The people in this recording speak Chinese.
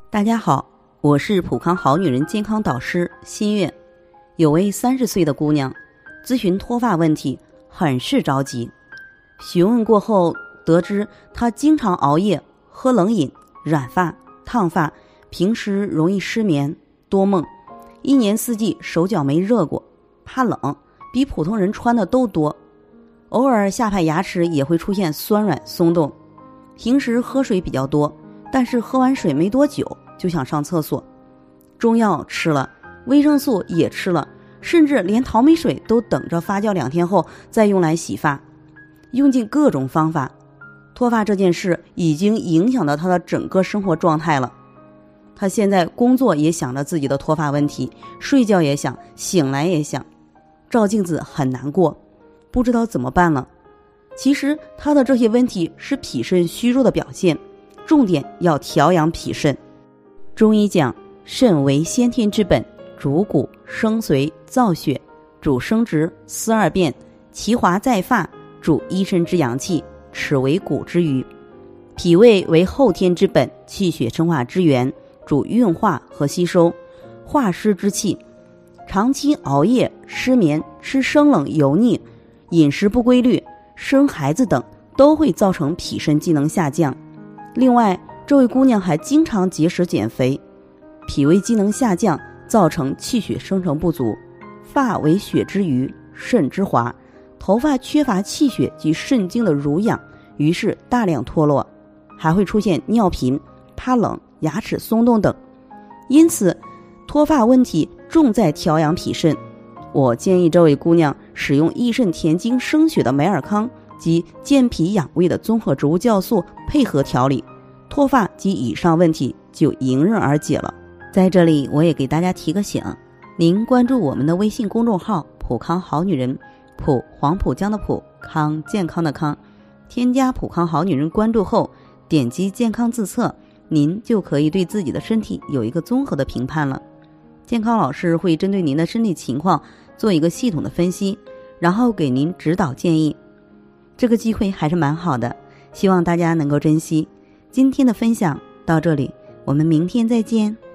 大家好，我是普康好女人健康导师新月。有位30岁的姑娘咨询脱发问题，很是着急。询问过后得知，她经常熬夜、喝冷饮、染发、烫发，平时容易失眠、多梦，一年四季手脚没热过，怕冷，比普通人穿的都多，偶尔下排牙齿也会出现酸软松动，平时喝水比较多，但是喝完水没多久就想上厕所，中药吃了，维生素也吃了，甚至连桃梅水都等着发酵2天后再用来洗发，用尽各种方法。脱发这件事已经影响到她的整个生活状态了。她现在工作也想着自己的脱发问题，睡觉也想，醒来也想，照镜子很难过，不知道怎么办了。其实她的这些问题是脾肾虚弱的表现，重点要调养脾肾。中医讲，肾为先天之本，主骨生髓造血，主生殖司二便，其华在发，主一身之阳气，齿为骨之余。脾胃为后天之本，气血生化之源，主运化和吸收，化湿之气。长期熬夜、失眠、吃生冷油腻、饮食不规律、生孩子等，都会造成脾肾机能下降。另外，这位姑娘还经常节食减肥，脾胃机能下降，造成气血生成不足，发为血之余，肾之华，头发缺乏气血及肾经的濡养，于是大量脱落，还会出现尿频、怕冷、牙齿松动等。因此脱发问题重在调养脾肾。我建议这位姑娘使用益肾填精生血的美尔康及健脾养胃的综合植物酵素配合调理，脱发及以上问题就迎刃而解了。在这里我也给大家提个醒，您关注我们的微信公众号普康好女人，普黄浦江的普，康健康的康，添加普康好女人关注后，点击健康自测，您就可以对自己的身体有一个综合的评判了。健康老师会针对您的身体情况做一个系统的分析，然后给您指导建议。这个机会还是蛮好的，希望大家能够珍惜。今天的分享到这里，我们明天再见。